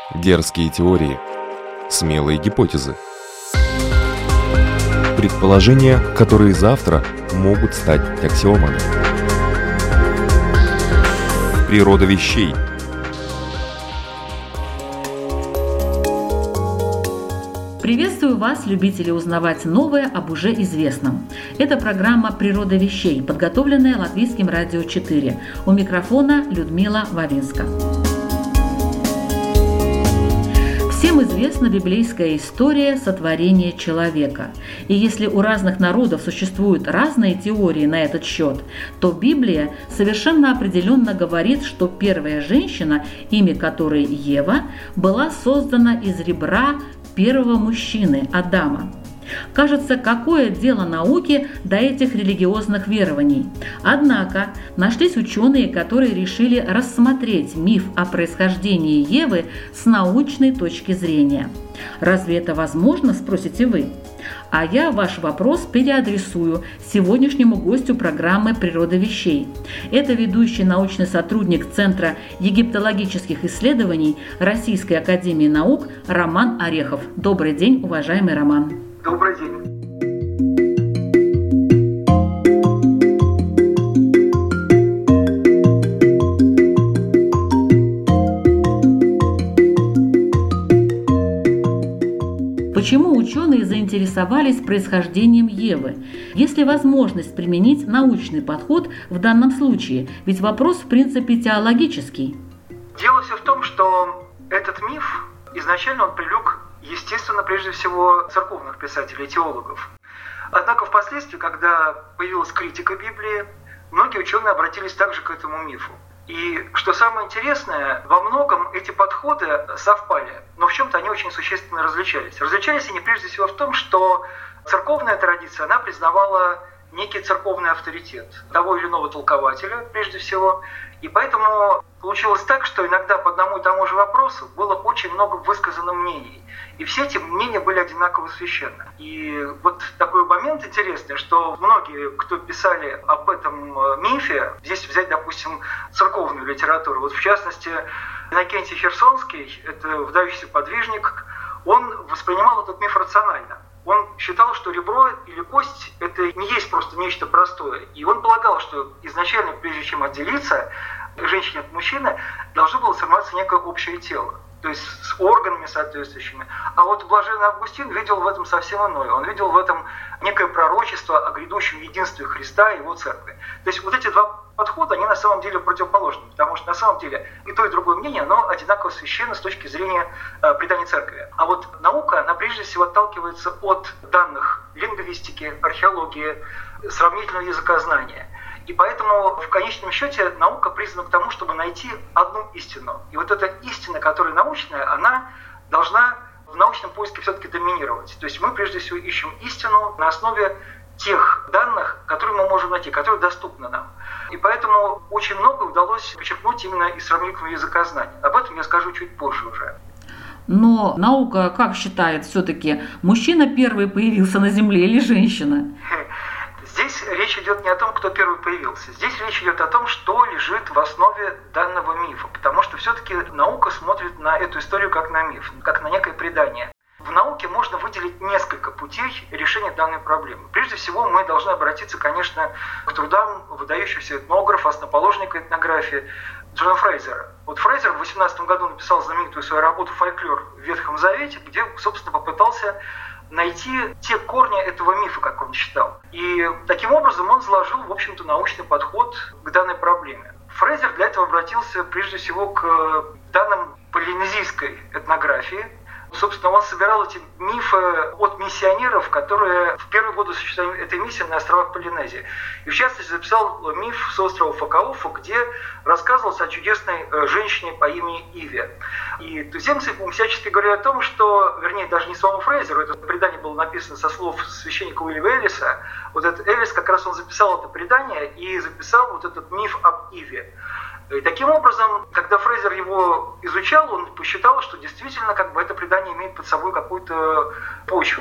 Дерзкие теории, смелые гипотезы, предположения, которые завтра могут стать аксиомами. Природа вещей. Приветствую вас, любители узнавать новое об уже известном. Это программа «Природа вещей», подготовленная Латвийским радио 4. У микрофона Людмила Вавинска. Всем известна библейская история сотворения человека. И если у разных народов существуют разные теории на этот счет, то Библия совершенно определенно говорит, что первая женщина, имя которой Ева, была создана из ребра первого мужчины, Адама. Кажется, какое дело науке до этих религиозных верований. Однако нашлись ученые, которые решили рассмотреть миф о происхождении Евы с научной точки зрения. Разве это возможно, спросите вы? А я ваш вопрос переадресую сегодняшнему гостю программы «Природа вещей». Это ведущий научный сотрудник Центра египтологических исследований Российской академии наук Роман Орехов. Добрый день, уважаемый Роман. Добрый день. Почему ученые заинтересовались происхождением Евы? Есть ли возможность применить научный подход в данном случае? Ведь вопрос, в принципе, теологический. Дело все в том, что этот миф изначально он привлек, естественно, прежде всего церковных писателей и теологов. Однако впоследствии, когда появилась критика Библии, многие ученые обратились также к этому мифу. И что самое интересное, во многом эти подходы совпали, но в чем-то они очень существенно различались. Различались они прежде всего в том, что церковная традиция, она признавала некий церковный авторитет того или иного толкователя, прежде всего. И поэтому получилось так, что иногда по одному и тому же вопросу было очень много высказано мнений. И все эти мнения были одинаково священны. И вот такой момент интересный, что многие, кто писали об этом мифе, здесь взять, допустим, церковную литературу, вот в частности, Иннокентий Херсонский, это выдающийся подвижник, он воспринимал этот миф рационально. Он считал, что ребро или кость – это не есть просто нечто простое. И он полагал, что изначально, прежде чем отделиться женщине от мужчины, должно было сформироваться некое общее тело, то есть с органами соответствующими. А вот блаженный Августин видел в этом совсем иное. Он видел в этом некое пророчество о грядущем единстве Христа и его церкви. То есть вот эти два подхода, они на самом деле противоположны, потому что на самом деле и то, и другое мнение, оно одинаково священно с точки зрения предания церкви. А вот наука, она прежде всего отталкивается от данных лингвистики, археологии, сравнительного языкознания. И поэтому в конечном счете наука призвана к тому, чтобы найти одну истину. И вот эта истина, которая научная, она должна в научном поиске все-таки доминировать. То есть мы прежде всего ищем истину на основе тех данных, которые мы можем найти, которые доступны нам. И поэтому очень много удалось почерпнуть именно из сравнительного языкознания. Об этом я скажу чуть позже уже. Но наука как считает все-таки, мужчина первый появился на Земле или женщина? Здесь речь идет не о том, кто первый появился. Здесь речь идет о том, что лежит в основе данного мифа. Потому что все-таки наука смотрит на эту историю как на миф, как на некое предание. В науке можно выделить несколько путей решения данной проблемы. Прежде всего, мы должны обратиться, конечно, к трудам выдающегося этнографа, основоположника этнографии Джона Фрейзера. Вот Фрейзер в 18 году написал знаменитую свою работу «Фольклор в Ветхом Завете», где, собственно, попытался найти те корни этого мифа, как он считал. И таким образом он заложил, в общем-то, научный подход к данной проблеме. Фрейзер для этого обратился прежде всего к данным полинезийской этнографии. Собственно, он собирал эти мифы от миссионеров, которые в первые годы существования этой миссии на островах Полинезии. И в частности записал миф с острова Факаофа, где рассказывалось о чудесной женщине по имени Иве. И туземцы всячески говорят о том, что, вернее, даже не самому Фрейзеру, это предание было написано со слов священника Уильяма Эллиса. Вот этот Эллис, как раз он записал это предание и записал вот этот миф об Иве. И таким образом, когда Фрейзер его изучал, он посчитал, что действительно это предание имеет под собой какую-то почву.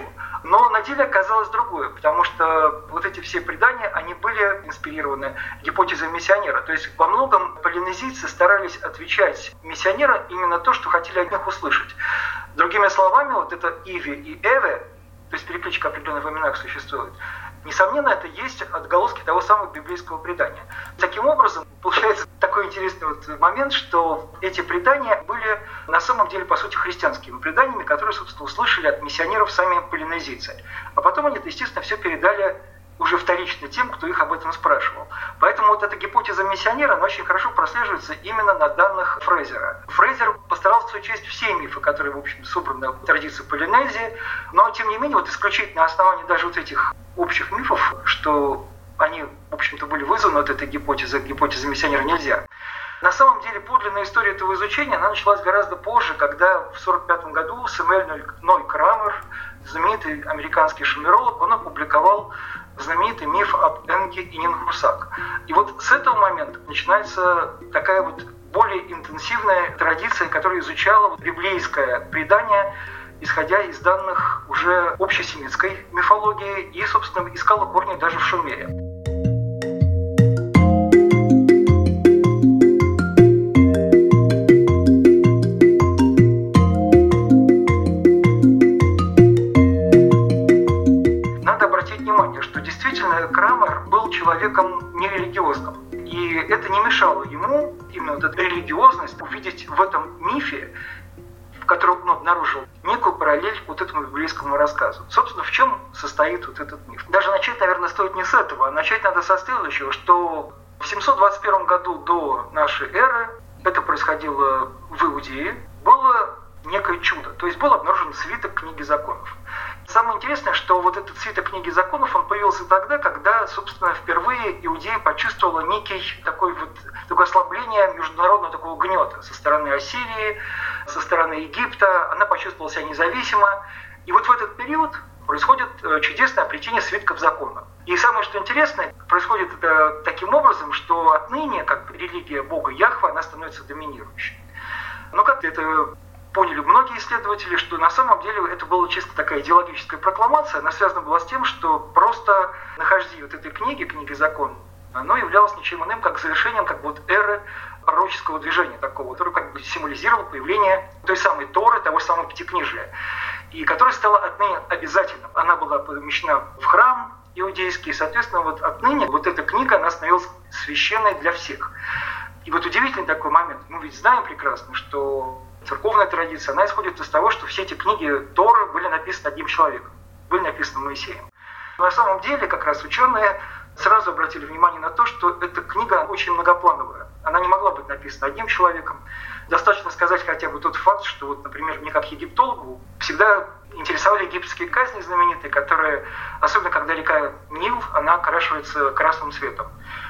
Но на деле оказалось другое, потому что вот эти все предания, они были инспирированы гипотезой миссионера. То есть во многом полинезийцы старались отвечать миссионерам именно то, что хотели от них услышать. Другими словами, вот это Иви и Эве, то есть перекличка определенных в именах существует, несомненно, это есть отголоски того самого библейского предания. Таким образом, получается такой интересный момент, что эти предания были на самом деле, по сути, христианскими преданиями, которые, собственно, услышали от миссионеров сами полинезийцы. А потом они, естественно, все передали уже вторично тем, кто их об этом спрашивал. Поэтому вот эта гипотеза миссионера, она очень хорошо прослеживается именно на данных Фрейзера. Фрейзер постарался учесть все мифы, которые, в общем, собраны в традиции Полинезии, но, тем не менее, вот исключительно на основании даже вот этих общих мифов, что они, в общем-то, были вызваны вот этой гипотезой миссионера, нельзя. На самом деле, подлинная история этого изучения, она началась гораздо позже, когда в 1945 году Сэмюэль Ной Крамер, знаменитый американский шумеролог, он опубликовал знаменитый миф об Энге и Нингурсак. И вот с этого момента начинается такая вот более интенсивная традиция, которая изучала библейское предание, исходя из данных уже общесемитской мифологии и, собственно, искала корни даже в Шумере. Что действительно Крамер был человеком нерелигиозным. И это не мешало ему, именно вот эта религиозность, увидеть в этом мифе, в котором он обнаружил некую параллель вот этому библейскому рассказу. Собственно, в чем состоит вот этот миф? Даже начать, наверное, стоит не с этого, а начать надо со следующего, что в 721 году до нашей эры, это происходило в Иудее, было некое чудо. То есть был обнаружен свиток книги законов. Самое интересное, что вот этот свиток книги законов, он появился тогда, когда, собственно, впервые Иудея почувствовала некий такое ослабление международного такого гнета со стороны Ассирии, со стороны Египта. Она почувствовала себя независимо. И вот в этот период происходит чудесное обретение свитков закона. И самое, что интересное, происходит это таким образом, что отныне, как религия Бога Яхве, она становится доминирующей. Но как это поняли многие исследователи, что на самом деле это была чисто такая идеологическая прокламация, она связана была с тем, что просто нахождение вот этой книги закона, оно являлось ничем иным, как завершением эры пророческого движения такого, которое символизировало появление той самой Торы, того самого Пятикнижия, и которая стала отныне обязательным. Она была помещена в храм иудейский, и, соответственно, отныне эта книга, она становилась священной для всех. И удивительный такой момент, мы ведь знаем прекрасно, что церковная традиция, она исходит из того, что все эти книги Торы были написаны одним человеком, были написаны Моисеем. Но на самом деле, как раз ученые сразу обратили внимание на то, что эта книга очень многоплановая. Она не могла быть написана одним человеком. Достаточно сказать хотя бы тот факт, что, например, мне как египтологу всегда интересовали египетские казни знаменитые, которые, особенно когда река Нил, она окрашивается красным цветом.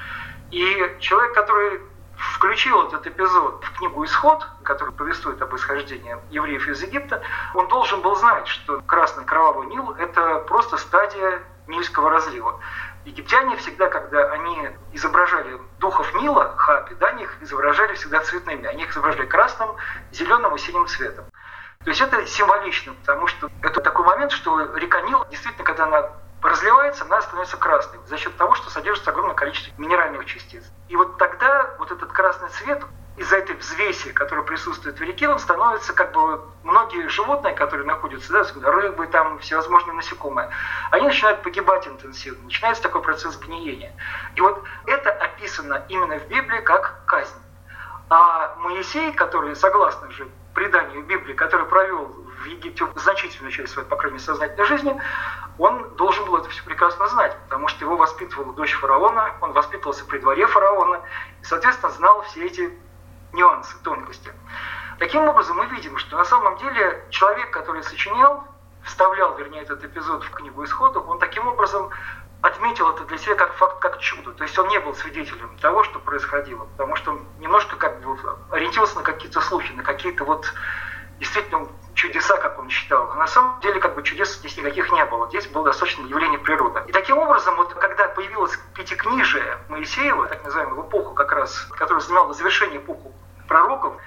И человек, который включил этот эпизод в книгу «Исход», который повествует об исхождении евреев из Египта, он должен был знать, что красный кровавый Нил – это просто стадия Нильского разлива. Египтяне всегда, когда они изображали духов Нила, Хапи, они их изображали всегда цветными. Они их изображали красным, зеленым и синим цветом. То есть это символично, потому что это такой момент, что река Нил, действительно, когда она разливается, она становится красной за счет того, что содержится огромное количество минеральных частиц. И тогда этот красный цвет из-за этой взвеси, которая присутствует в реке, он становится многие животные, которые находятся, рыбы, всевозможные насекомые, они начинают погибать интенсивно, начинается такой процесс гниения. И это описано именно в Библии как казнь. А Моисей, который, согласно же преданию Библии, который провел в Египте значительную часть своей, по крайней мере, сознательной жизни, он должен был это все прекрасно знать, потому что его воспитывала дочь фараона, он воспитывался при дворе фараона, и, соответственно, знал все эти нюансы, тонкости. Таким образом, мы видим, что на самом деле человек, который вставлял, этот эпизод в книгу «Исхода», он таким образом отметил это для себя как факт, как чудо. То есть он не был свидетелем того, что происходило, потому что он немножко ориентировался на какие-то слухи, на какие-то действительно чудеса, как он считал. А на самом деле чудес здесь никаких не было. Здесь было достаточно явление природы. И таким образом, когда появилось Пятикнижие Моисеева, так называемую эпоху как раз, которая занимала завершение эпоху пророков,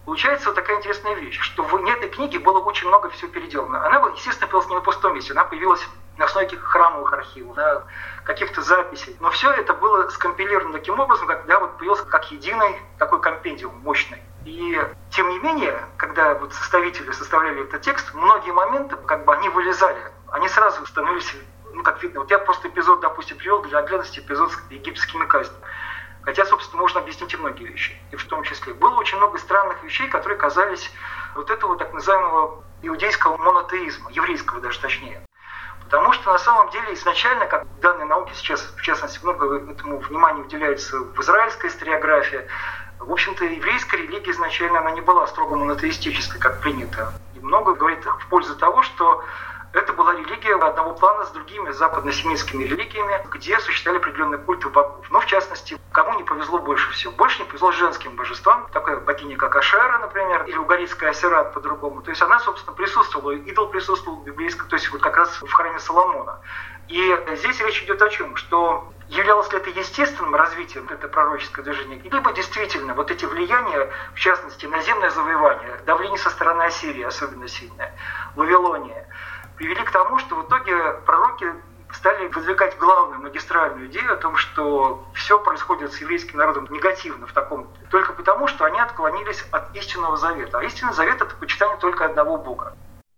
Получается вот такая интересная вещь, что в этой книге было очень много всего переделано. Она, естественно, появилась не на пустом месте, она появилась на основе каких-то храмовых архивов, на каких-то записей. Но все это было скомпилировано таким образом, когда вот появился как единый такой компендиум мощный. И тем не менее, когда вот составители составляли этот текст, многие моменты как бы они вылезали, они сразу становились, как видно, вот я просто эпизод, допустим, привел для наглядности эпизод с египетскими казнями. Хотя, собственно, можно объяснить и многие вещи. И в том числе было очень много странных вещей, которые казались вот этого так называемого иудейского монотеизма, еврейского даже точнее. Потому что на самом деле изначально, как в данной науке сейчас, в частности, много этому внимания уделяется в израильской историографии, в общем-то, еврейская религия изначально она не была строго монотеистической, как принято. И много говорит в пользу того, что это была религия одного плана с другими западно-семитскими религиями, где осуществляли определенные культы богов. Но, в частности, кому не повезло больше всего? Больше не повезло женским божествам, такая богиня, как Ашера, например, или угаритская Асерат по-другому. То есть она, собственно, присутствовала, идол присутствовал в библейском, то есть вот как раз в храме Соломона. И здесь речь идет о чем? Что являлось ли это естественным развитием, это пророческое движение, либо действительно вот эти влияния, в частности, наземное завоевание, давление со стороны Ассирии особенно сильное, Вавилония, привели к тому, что в итоге пророки стали выдвигать главную магистральную идею о том, что все происходит с еврейским народом негативно в таком, только потому, что они отклонились от истинного завета. А истинный завет – это почитание только одного Бога.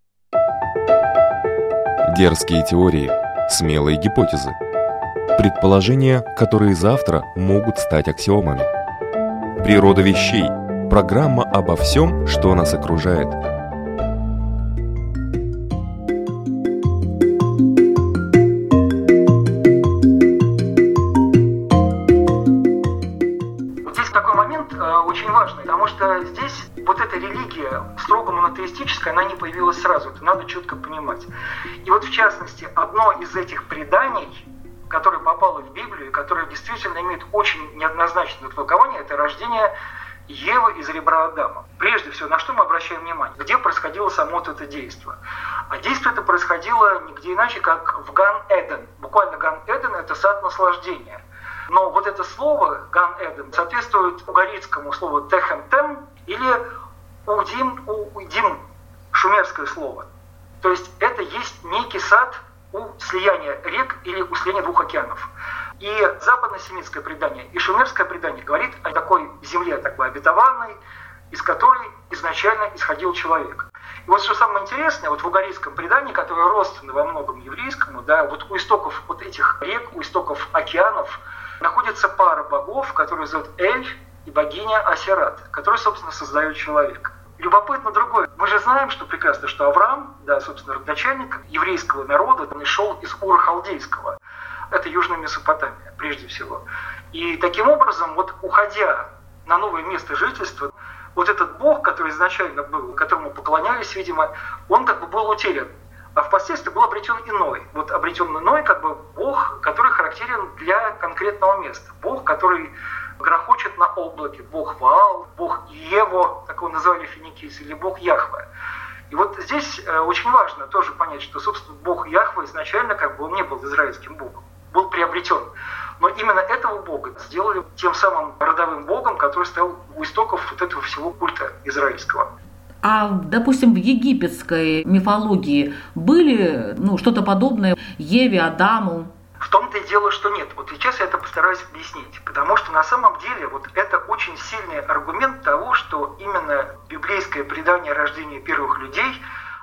Дерзкие теории, смелые гипотезы, предположения, которые завтра могут стать аксиомами. Природа вещей. Программа обо всем, что нас окружает. Очень важный, потому что здесь вот эта религия строго монотеистическая, она не появилась сразу, это надо четко понимать. И вот в частности, одно из этих преданий, которое попало в Библию, которое действительно имеет очень неоднозначное толкование, это рождение Евы из ребра Адама. Прежде всего, на что мы обращаем внимание? Где происходило само вот это действие? А действие это происходило нигде иначе, как в Ган-Эден. Буквально Ган-Эден – это сад наслаждения. Но вот это слово Ган-Эден соответствует угаритскому слову Техем-Тем или Удим, шумерское слово. То есть это есть некий сад у слияния рек или у слияния двух океанов. И западно-семитское предание и шумерское предание говорит о такой земле, такой обетованной, из которой изначально исходил человек. И вот что самое интересное, вот в угаритском предании, которое родственно во многом еврейскому, да, вот у истоков вот этих рек, у истоков океанов, находится пара богов, которые зовут Эль и богиня Асерат, которые, собственно, создают человека. Любопытно другое. Мы же знаем, что прекрасно, что Авраам, да, собственно, родоначальник еврейского народа, он шел из Ура Халдейского. Это Южная Месопотамия, прежде всего. И таким образом, вот уходя на новое место жительства, вот этот бог, который изначально был, которому поклонялись, видимо, он как бы был утерян. А впоследствии был обретен иной. Вот обретен иной как бы бог, который характерен для конкретного места. Бог, который грохочет на облаке. Бог Ваал, бог Ево, так его называли финикийцы, или бог Яхве. И вот здесь очень важно тоже понять, что, собственно, бог Яхве изначально как бы он не был израильским богом. Был приобретен. Но именно этого бога сделали тем самым родовым богом, который стоял у истоков вот этого всего культа израильского. А, допустим, в египетской мифологии были что-то подобное Еве, Адаму? В том-то и дело, что нет. Вот сейчас я это постараюсь объяснить. Потому что на самом деле вот это очень сильный аргумент того, что именно библейское предание о рождении первых людей,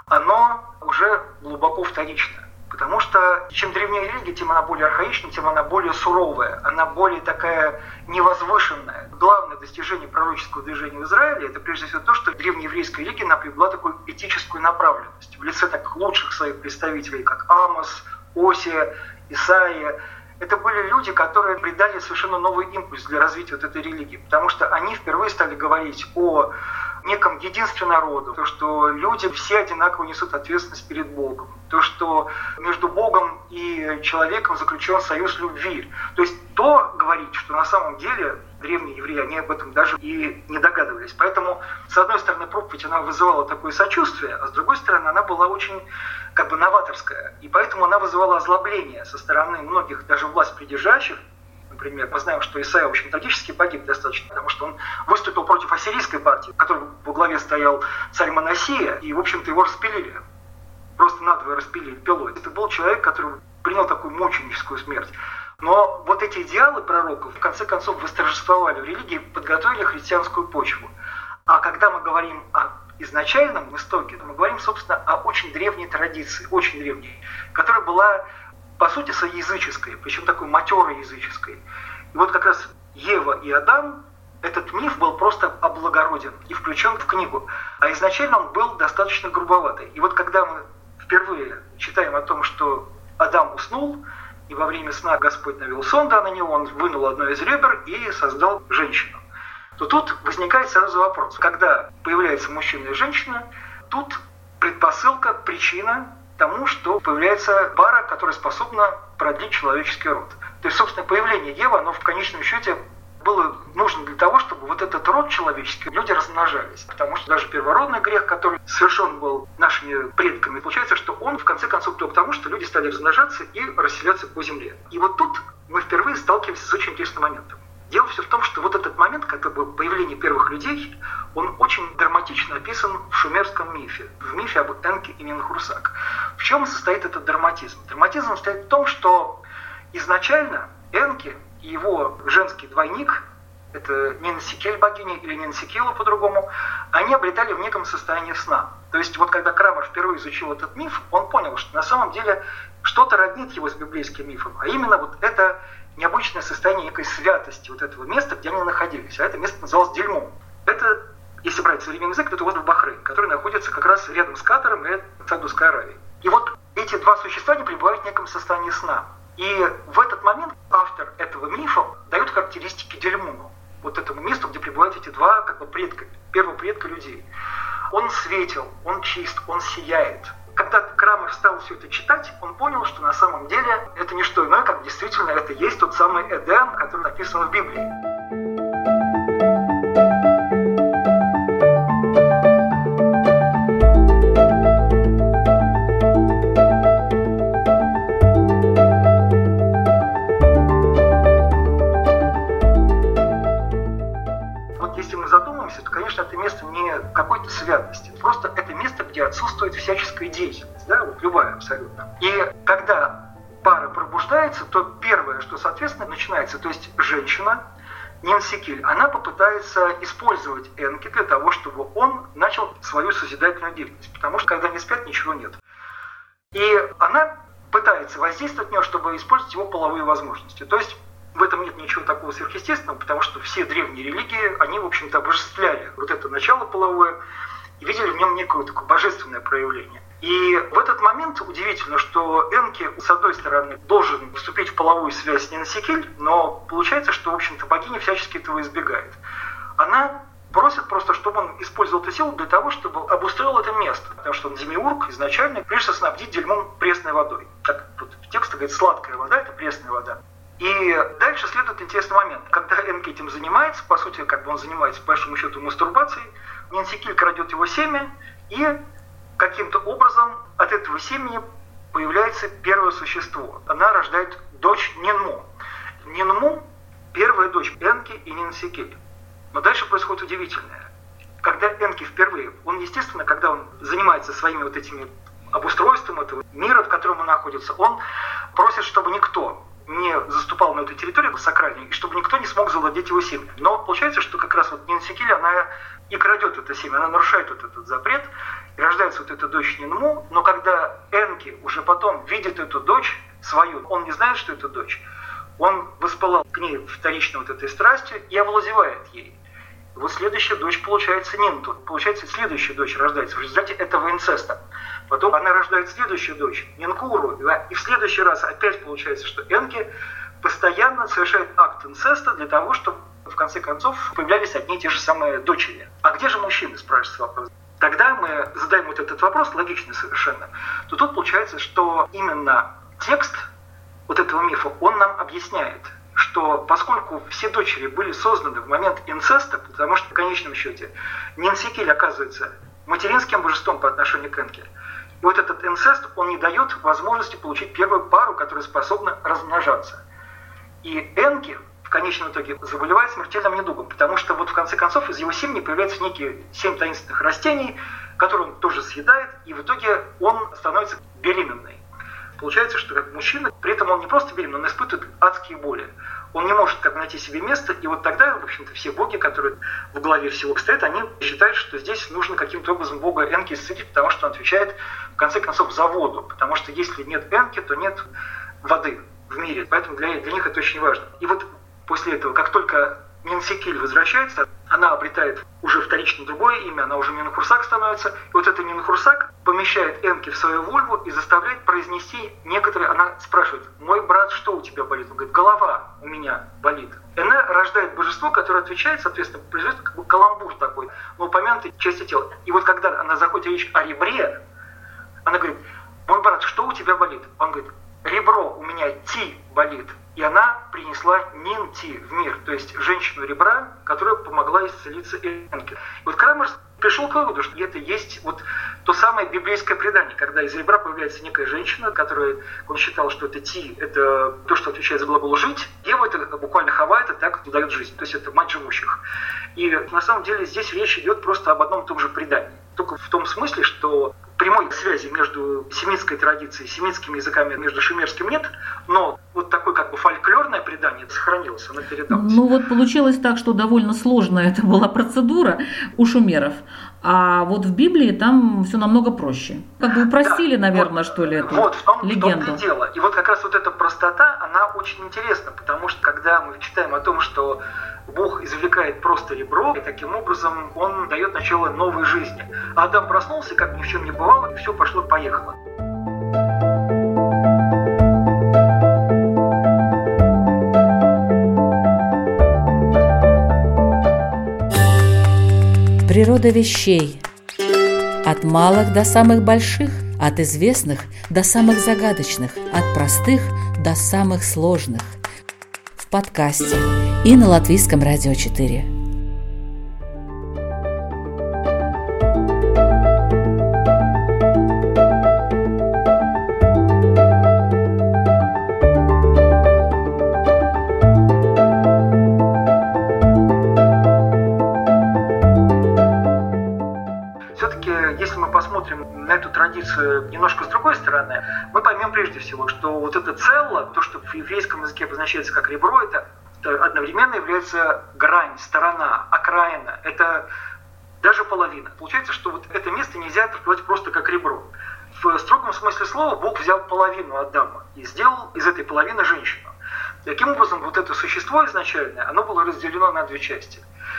оно уже глубоко вторично. Потому что чем древнее религия, тем она более архаична, тем она более суровая, она более такая невозвышенная. Главное достижение пророческого движения в Израиле – это прежде всего то, что древнееврейская религия приобрела такую этическую направленность в лице так лучших своих представителей, как Амос, Осия, Исаия. Это были люди, которые придали совершенно новый импульс для развития вот этой религии, потому что они впервые стали говорить о неком единстве народа, то, что люди все одинаково несут ответственность перед Богом, то, что между Богом и человеком заключен союз любви. То есть то говорить, что на самом деле древние евреи, они об этом даже и не догадывались. Поэтому, с одной стороны, проповедь, она вызывала такое сочувствие, а с другой стороны, она была очень как бы новаторская. И поэтому она вызывала озлобление со стороны многих даже власть придержащих, например, мы знаем, что Исаия, в общем, трагически погиб достаточно, потому что он выступил против ассирийской партии, в которой во главе стоял царь Манассия, и, в общем-то, его распилили. Просто надвое распилили пилой. Это был человек, который принял такую мученическую смерть. Но вот эти идеалы пророков, в конце концов, восторжествовали в религии, подготовили христианскую почву. А когда мы говорим о изначальном истоке, мы говорим, собственно, о очень древней традиции, очень древней, которая была, по сути, соязыческой, причем такой матерой языческой. И вот как раз Ева и Адам, этот миф был просто облагороден и включен в книгу. А изначально он был достаточно грубоватый. И вот когда мы впервые читаем о том, что Адам уснул, и во время сна Господь навел сон на него, он вынул одно из ребер и создал женщину, то тут возникает сразу вопрос. Когда появляется мужчина и женщина, тут предпосылка, причина тому, что появляется пара, которая способна продлить человеческий род. То есть, собственно, появление Евы, оно в конечном счете было нужно для того, чтобы вот этот род человеческий, люди размножались. Потому что даже первородный грех, который совершен был нашими предками, получается, что он в конце концов привел к тому, что люди стали размножаться и расселяться по земле. И вот тут мы впервые сталкиваемся с очень интересным моментом. Дело все в том, что вот этот момент, как бы появление первых людей, он очень драматично описан в шумерском мифе, в мифе об Энке и Менхурсак. В чем состоит этот драматизм? Драматизм состоит в том, что изначально Энки и его женский двойник, это Нинсикель богиня или Нинсикела по-другому, они обретали в неком состоянии сна. То есть вот когда Крамер впервые изучил этот миф, он понял, что на самом деле что-то роднит его с библейским мифом, а именно вот это необычное состояние некой святости вот этого места, где они находились. А это место называлось Дельмом. Это, если брать современный язык, это остров Бахрейн, который находится как раз рядом с Катаром и Саудовской Аравией. И вот эти два существа, они пребывают в неком состоянии сна. И в этот момент автор этого мифа дает характеристики Дельмуну, вот этому месту, где пребывают эти два как бы предка, первого предка людей. Он светел, он чист, он сияет. Когда Крамер стал все это читать, он понял, что на самом деле это не что иное, как действительно это есть тот самый Эдем, который написан в Библии. Какой-то святости. Просто это место, где отсутствует всяческая деятельность, да, вот любая абсолютно. И когда пара пробуждается, то первое, что, соответственно, начинается, то есть женщина, Нинсикель, она попытается использовать Энки для того, чтобы он начал свою созидательную деятельность, потому что когда они спят, ничего нет. И она пытается воздействовать на него, чтобы использовать его половые возможности. То есть в этом нет ничего такого сверхъестественного, потому что все древние религии, они, в общем-то, обожествляли вот это начало половое и видели в нем некое такое божественное проявление. И в этот момент удивительно, что Энки, с одной стороны, должен вступить в половую связь с Нинсикель, но получается, что, в общем-то, богиня всячески этого избегает. Она просит просто, чтобы он использовал эту силу для того, чтобы обустроил это место. Потому что он демиург изначально, прежде снабдить Дельмом пресной водой. Так вот в тексте говорит, сладкая вода – это пресная вода. И дальше следует интересный момент. Когда Энки этим занимается, по сути, как бы он занимается, по большому счету, мастурбацией, Нинсикель крадет его семя, и каким-то образом от этого семени появляется первое существо. Она рождает дочь Нинму. Нинму – первая дочь Энки и Нинсикель. Но дальше происходит удивительное. Когда Энки впервые, он, естественно, когда он занимается своими вот этими обустройством этого мира, в котором он находится, он просит, чтобы никто не заступал на эту территорию сакральную, и чтобы никто не смог завладеть его семя. Но получается, что как раз вот Нинсикель, она и крадет это семя, она нарушает вот этот запрет, и рождается вот эта дочь Нинму, но когда Энки уже потом видит эту дочь свою, он не знает, что это дочь, он воспылал к ней вторично вот этой страстью и овладевает ей. И вот следующая дочь получается Нинту, получается следующая дочь рождается в результате этого инцеста. Потом она рождает следующую дочь, Нинкуру, и в следующий раз опять получается, что Энки постоянно совершает акт инцеста для того, чтобы в конце концов появлялись одни и те же самые дочери. А где же мужчины, спрашивается вопрос? Тогда мы задаем вот этот вопрос, логичный совершенно, то тут получается, что именно текст вот этого мифа, он нам объясняет, что поскольку все дочери были созданы в момент инцеста, потому что в конечном счете Нинсикель оказывается материнским божеством по отношению к Энке, и вот этот инцест, он не дает возможности получить первую пару, которая способна размножаться. И Энки конечном итоге заболевает смертельным недугом, потому что вот в конце концов из его семени появляются некие 7 таинственных растений, которые он тоже съедает, и в итоге он становится беременной. Получается, что как мужчина, при этом он не просто беременный, он испытывает адские боли. Он не может как найти себе место, и вот тогда, в общем-то, все боги, которые в главе всего стоят, они считают, что здесь нужно каким-то образом бога Энки исцелить, потому что он отвечает, в конце концов, за воду. Потому что если нет Энки, то нет воды в мире. Поэтому для них это очень важно. И вот после этого, как только Нинсикиль возвращается, она обретает уже вторично другое имя, она уже Нинхурсак становится. И вот эта Нинхурсак помещает Энки в свою вульву и заставляет произнести некоторые... Она спрашивает: «Мой брат, что у тебя болит?» Он говорит: «Голова у меня болит». И она рождает божество, которое отвечает, соответственно, производит как бы каламбур такой, на упомянутой части тела. И вот когда она заходит речь о ребре, она говорит: «Мой брат, что у тебя болит?» Он говорит: «Ребро у меня Ти болит». И она принесла Нин-Ти в мир, то есть женщину ребра, которая помогла исцелиться Энке. И вот Крамерс пришел к выводу, что это есть вот то самое библейское предание, когда из ребра появляется некая женщина, которая, он считал, что это Ти, это то, что отвечает за глагол «жить». Ева, это буквально Хава, это так дает жизнь, то есть это мать живущих. И на самом деле здесь речь идет просто об одном и том же предании. Только в том смысле, что прямой связи между семитской традицией, семитскими языками, между шумерским нет, но вот такое как бы фольклорное предание сохранилось, оно передалось. Ну вот получилось так, что довольно сложная это была процедура у шумеров, а вот в Библии там все намного проще. Как бы упростили, да, наверное, вот, что ли, эту легенду. В том-то и дело. И вот как раз вот эта простота, она очень интересна, потому что когда мы читаем о том, что Бог извлекает просто ребро, и таким образом он дает начало новой жизни. А Адам проснулся, как ни в чем не бывало, и все пошло-поехало. Природа вещей. От малых до самых больших, от известных до самых загадочных, от простых до самых сложных. В подкасте и на Латвийском радио 4. Немножко с другой стороны, мы поймем прежде всего, что вот это цело, то, что в еврейском языке обозначается как ребро, это одновременно является грань, сторона, окраина, это даже половина. Получается, что вот это место нельзя трактовать просто как ребро. В строгом смысле слова Бог взял половину Адама и сделал из этой половины женщину. Таким образом, вот это существо изначальное, оно было разделено на две части.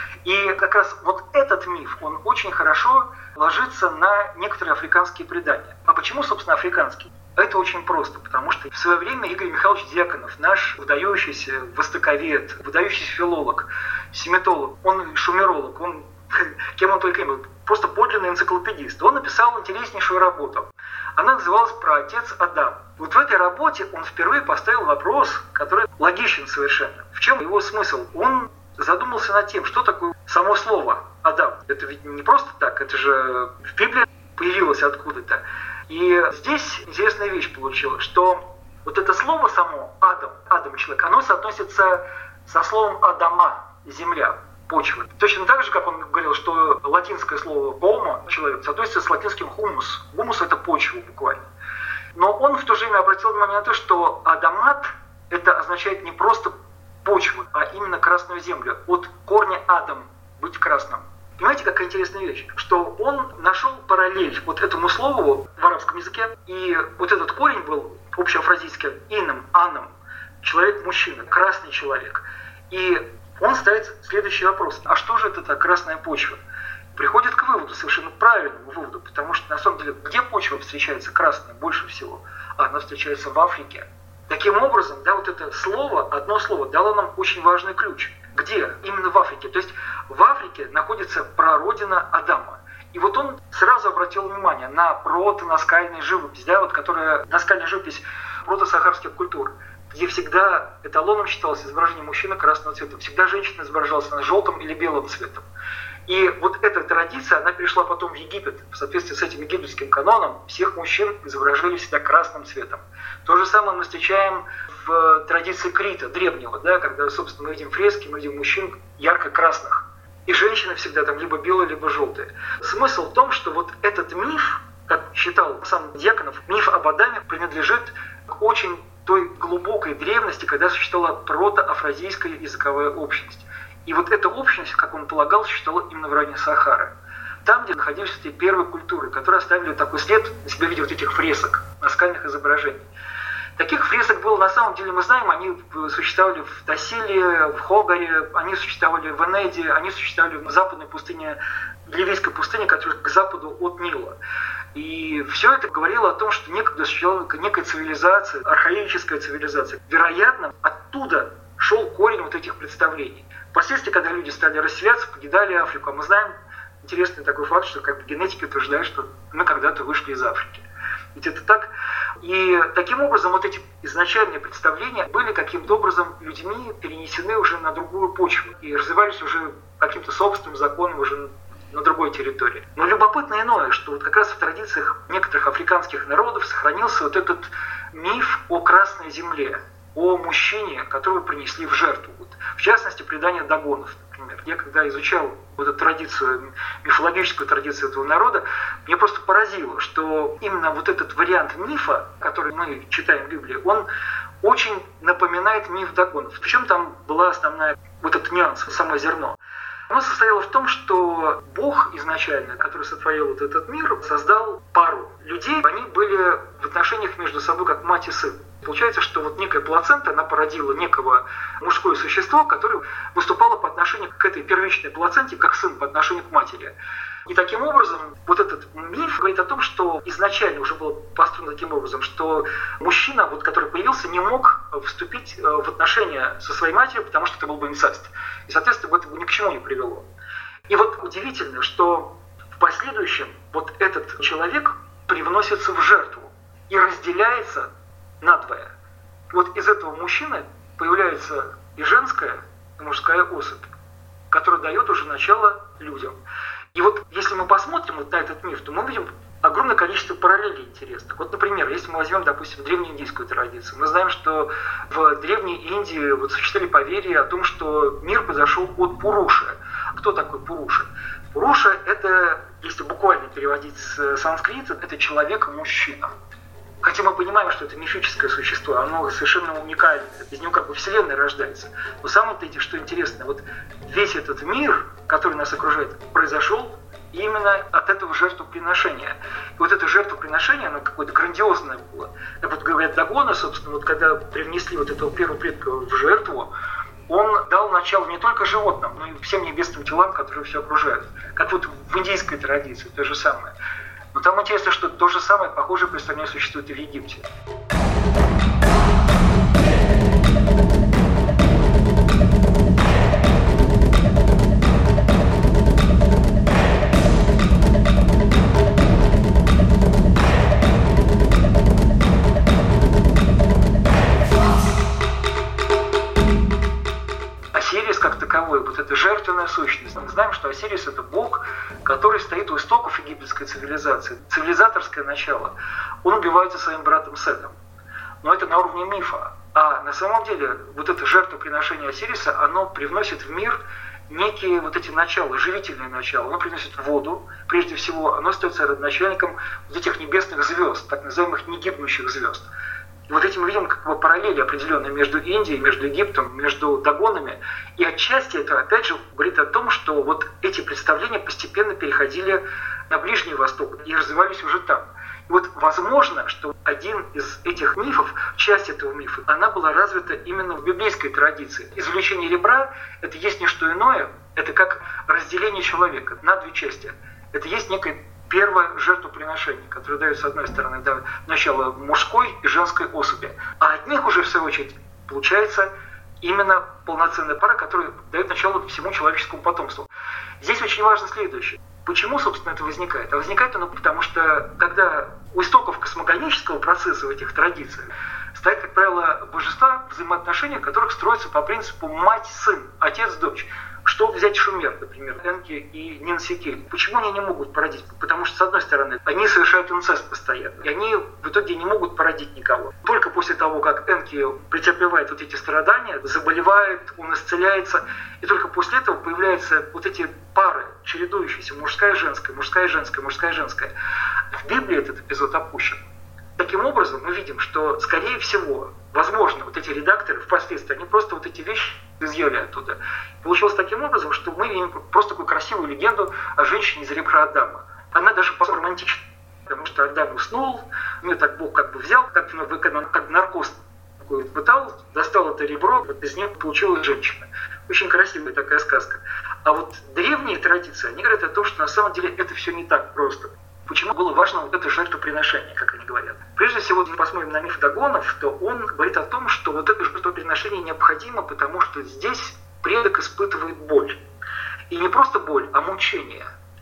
И как раз вот этот миф, он очень хорошо ложится на некоторые африканские предания. А почему, собственно, африканские? Это очень просто, потому что в свое время Игорь Михайлович Дьяконов, наш выдающийся востоковед, выдающийся филолог, семитолог, он шумеролог, он кем он только не был, просто подлинный энциклопедист. Он написал интереснейшую работу. Она называлась «Праотец Адам». Вот в этой работе он впервые поставил вопрос, который логичен совершенно. В чем его смысл? Он задумался над тем, что такое само слово «Адам». Это ведь не просто так, это же в Библии появилось откуда-то. И здесь интересная вещь получилась, что вот это слово само «Адам» человек, оно соотносится со словом «Адама» – земля, почва. Точно так же, как он говорил, что латинское слово «homo» – человек, соотносится с латинским «humus». «Humus» – это почва буквально. Но он в то же время обратил внимание на то, что «адамат» – это означает не просто почву, а именно красную землю. От корня «адам» – быть красным. Понимаете, какая интересная вещь? Что он нашел параллель вот этому слову в арабском языке, и вот этот корень был общеафродитский «ином», «аном», человек-мужчина, красный человек. И он ставит следующий вопрос. А что же это красная почва? Приходит к выводу, совершенно правильному выводу, потому что на самом деле где почва встречается красная больше всего? Она встречается в Африке. Таким образом, да, вот это слово, одно слово, дало нам очень важный ключ. Где? Именно в Африке. То есть в Африке находится прародина Адама. И вот он сразу обратил внимание на протонаскальную живопись, да, вот которая наскальная живопись протосахарских культур, где всегда эталоном считалось изображение мужчины красного цвета. Всегда женщина изображалась на желтом или белом цветом. И вот эта традиция, она перешла потом в Египет. В соответствии с этим египетским каноном всех мужчин изображали всегда красным цветом. То же самое мы встречаем в традиции Крита, древнего, да, когда, собственно, мы видим фрески, мы видим мужчин ярко-красных. И женщины всегда там либо белые, либо желтые. Смысл в том, что вот этот миф, как считал сам Дьяконов, миф об Адаме принадлежит к очень той глубокой древности, когда существовала протоафродийская языковая общность. И вот эта общность, как он полагал, существовала именно в районе Сахары. Там, где находились эти первые культуры, которые оставили такой след на себе в виде вот этих фресок, наскальных изображений. Таких фресок было, на самом деле, мы знаем, они существовали в Тассиле, в Хогаре, они существовали в Энеде, они существовали в западной пустыне, Ливийской пустыне, которая к западу от Нила. И все это говорило о том, что некогда существовала некая цивилизация, архаическая цивилизация. Вероятно, оттуда шел корень вот этих представлений. Впоследствии, когда люди стали расселяться, покидали Африку, а мы знаем интересный такой факт, что как бы генетики утверждают, что мы когда-то вышли из Африки. Ведь это так. И таким образом вот эти изначальные представления были каким-то образом людьми перенесены уже на другую почву и развивались уже каким-то собственным законом уже на другой территории. Но любопытно иное, что вот как раз в традициях некоторых африканских народов сохранился вот этот миф о Красной Земле, о мужчине, которого принесли в жертву. Вот, в частности, предание Дагонов, например. Я когда изучал вот эту традицию, мифологическую традицию этого народа, мне просто поразило, что именно вот этот вариант мифа, который мы читаем в Библии, он очень напоминает миф Дагонов. Причем там была основная вот этот нюанс, самое зерно. Оно состояло в том, что Бог изначально, который сотворил вот этот мир, создал пару людей. Они были в отношениях между собой как мать и сын. Получается, что вот некая плацента, она породила некого мужское существо, которое выступало по отношению к этой первичной плаценте, как сын по отношению к матери. И таким образом, вот этот миф говорит о том, что изначально уже было построено таким образом, что мужчина, вот, который появился, не мог вступить в отношения со своей матерью, потому что это был бы инцест. И, соответственно, это бы ни к чему не привело. И вот удивительно, что в последующем вот этот человек привносится в жертву и разделяется надвое. Вот из этого мужчины появляется и женская, и мужская особь, которая дает уже начало людям. И вот если мы посмотрим вот на этот миф, то мы увидим огромное количество параллелей интересных. Вот, например, если мы возьмем, допустим, древнеиндийскую традицию, мы знаем, что в Древней Индии вот существовали поверья о том, что мир произошел от Пуруши. Кто такой Пуруша? Пуруша – это, если буквально переводить с санскрита, это человек-мужчина. Хотя мы понимаем, что это мифическое существо, оно совершенно уникальное, из него как бы вселенная рождается. Но самое-то, что интересно, вот весь этот мир, который нас окружает, произошел именно от этого жертвоприношения. И вот это жертвоприношение, оно какое-то грандиозное было. И вот говорят, Дагоны, собственно, вот когда привнесли вот этого первого предка в жертву, он дал начало не только животным, но и всем небесным телам, которые все окружают. Как вот в индийской традиции, то же самое. Но там интересно, что то же самое, похожее представление существует и в Египте. Осирис как таковой, вот эта жертвенная сущность. Мы знаем, что Осирис – это бог, который стоит у истоков египетской цивилизации. Цивилизаторское начало. Он убивается своим братом Сетом. Но это на уровне мифа. А на самом деле вот это жертвоприношение Осириса, оно привносит в мир некие вот эти начала, живительные начала. Оно приносит воду, прежде всего, оно остается родоначальником вот этих небесных звезд, так называемых негибнущих звезд. И вот этим мы видим как бы параллели определенные между Индией, между Египтом, между Дагонами. И отчасти это, опять же, говорит о том, что вот эти представления постепенно переходили на Ближний Восток и развивались уже там. И вот возможно, что один из этих мифов, часть этого мифа, она была развита именно в библейской традиции. Извлечение ребра – это есть не что иное, это как разделение человека на две части. Это есть некое первое жертвоприношение, которое дает, с одной стороны, начало мужской и женской особи. А от них уже, в свою очередь, получается именно полноценная пара, которая дает начало всему человеческому потомству. Здесь очень важно следующее. Почему, собственно, это возникает? А возникает оно потому, что когда у истоков космогонического процесса в этих традициях стоят, как правило, божества, взаимоотношения которых строятся по принципу мать-сын, отец-дочь. Что взять Шумер, например, Энки и Нинсикель? Почему они не могут породить? Потому что, с одной стороны, они совершают инцест постоянно, и они в итоге не могут породить никого. Только после того, как Энки претерпевает вот эти страдания, заболевает, он исцеляется, и только после этого появляются вот эти пары, чередующиеся, мужская и женская, мужская и женская, мужская и женская. В Библии этот эпизод опущен. Таким образом, мы видим, что, скорее всего, возможно, вот эти редакторы впоследствии, они просто вот эти вещи изъяли оттуда. Получилось таким образом, что мы видим просто такую красивую легенду о женщине из ребра Адама. Она даже романтична, потому что Адам уснул, так Бог как бы взял, как наркоз такой пытал, достал это ребро, вот из него получилась женщина. Очень красивая такая сказка. А вот древние традиции, они говорят о том, что на самом деле это все не так просто. Почему было важно вот это жертвоприношение, как они говорят? Прежде всего, если мы посмотрим на миф Дагонов, то он говорит о том, что вот это жертвоприношение необходимо, потому что здесь предок испытывает боль. И не просто боль, а мучение.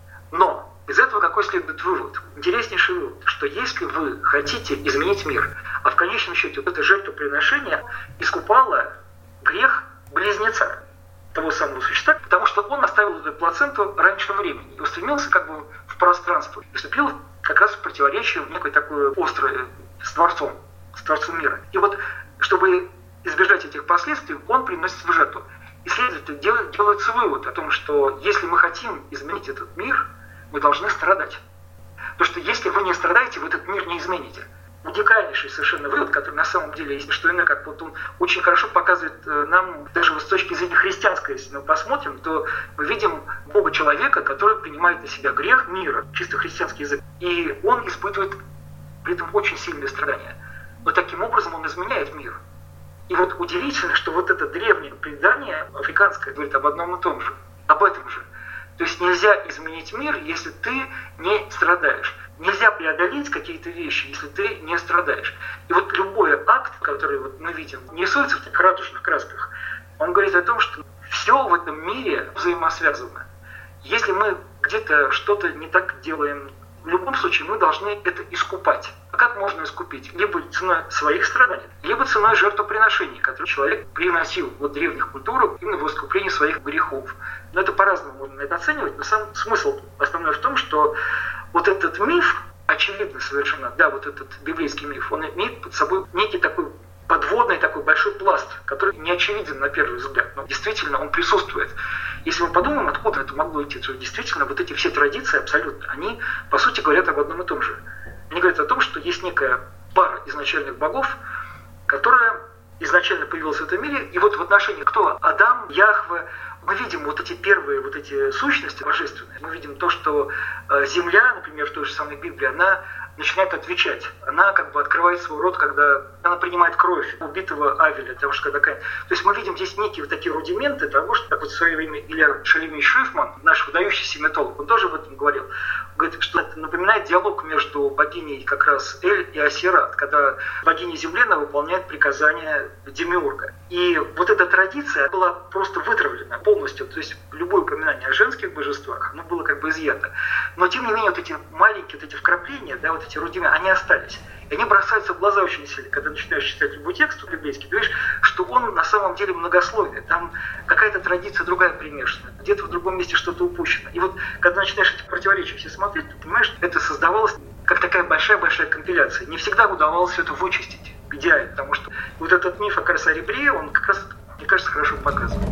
Но из этого какой следует вывод? Интереснейший вывод, что если вы хотите изменить мир, а в конечном счете вот это жертвоприношение искупало грех близнеца, того самого существа, потому что он оставил эту плаценту раньше времени и устремился как бы в пространство. И вступил как раз в противоречие в некое такое острое с Творцом мира. И вот, чтобы избежать этих последствий, он приносит в жертву. Исследователи делается вывод о том, что если мы хотим изменить этот мир, мы должны страдать. Потому что если вы не страдаете, вы этот мир не измените. Уникальнейший совершенно вывод, который на самом деле есть, что именно как вот он очень хорошо показывает нам, даже вот с точки зрения христианской, если мы посмотрим, то мы видим Бога человека, который принимает на себя грех мира, чисто христианский язык, и он испытывает при этом очень сильные страдания. Но таким образом он изменяет мир. И вот удивительно, что вот это древнее предание африканское говорит об одном и том же, об этом же. То есть нельзя изменить мир, если ты не страдаешь. Нельзя преодолеть какие-то вещи, если ты не страдаешь. И вот любой акт, который вот мы видим, не рисуется в таких радужных красках, он говорит о том, что все в этом мире взаимосвязано. Если мы где-то что-то не так делаем, в любом случае мы должны это искупать. А как можно искупить? Либо ценой своих страданий, либо ценой жертвоприношений, которые человек приносил в древних культурах именно в искуплении своих грехов. Но это по-разному можно это оценивать, но сам смысл основной в том, что вот этот миф, очевидно совершенно, да, вот этот библейский миф, он имеет под собой некий такой подводный, такой большой пласт, который не очевиден на первый взгляд, но действительно он присутствует. Если мы подумаем, откуда это могло идти, то действительно вот эти все традиции абсолютно, они по сути говорят об одном и том же. Они говорят о том, что есть некая пара изначальных богов, которая изначально появилась в этом мире, и вот в отношении кто? Адам, Яхве, мы видим вот эти первые вот эти сущности божественные. Мы видим то, что земля, например, в той же самой Библии, она начинает отвечать. Она как бы открывает свой рот, когда она принимает кровь убитого Авеля. Потому что То есть мы видим здесь некие вот такие рудименты того, что, как вот в свое время Илья Шалимович Шифман, наш выдающийся метолог, он тоже об этом говорил. Говорит, что это напоминает диалог между богиней как раз Эль и Асерат, когда богиня Землена выполняет приказания Демиурга. И вот эта традиция была просто вытравлена полностью. То есть любое упоминание о женских божествах, оно было как бы изъято. Но тем не менее вот эти маленькие вот эти вкрапления, да, вот эти рудименты, они остались. И они бросаются в глаза очень сильно. Когда начинаешь читать любой текст библейский, ты видишь, что он на самом деле многословие. Там какая-то традиция другая примешана. Где-то в другом месте что-то упущено. И вот когда начинаешь эти противоречия все смотреть, ты понимаешь, что это создавалось как такая большая-большая компиляция. Не всегда удавалось все это вычистить идеально. Потому что вот этот миф как раз о ребре, он как раз, мне кажется, хорошо показывает.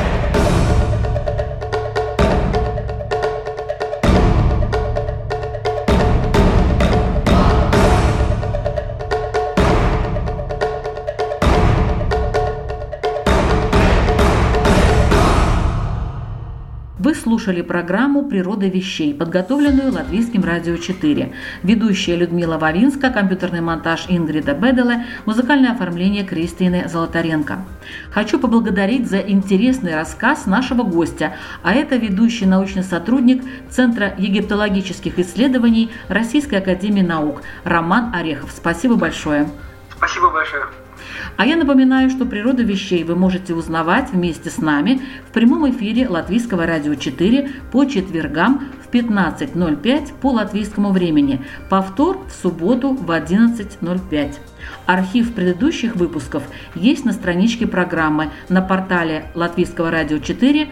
Вы слушали программу «Природа вещей», подготовленную Латвийским радио 4. Ведущая Людмила Вавинска, компьютерный монтаж Ингрида Беделе, музыкальное оформление Кристины Золотаренко. Хочу поблагодарить за интересный рассказ нашего гостя, а это ведущий научный сотрудник Центра египтологических исследований Российской академии наук Роман Орехов. Спасибо большое. Спасибо большое. А я напоминаю, что «Природу вещей» вы можете узнавать вместе с нами в прямом эфире Латвийского радио 4 по четвергам в 15:05 по латвийскому времени, повтор в субботу в 11:05. Архив предыдущих выпусков есть на страничке программы на портале Латвийского радио 4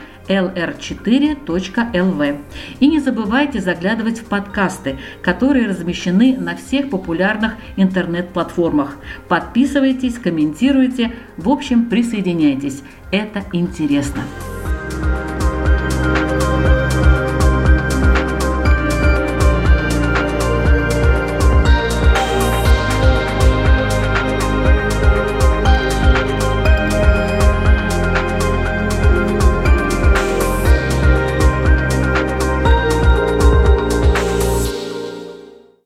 lr4.lv. И не забывайте заглядывать в подкасты, которые размещены на всех популярных интернет-платформах. Подписывайтесь, комментируйте, в общем, присоединяйтесь. Это интересно.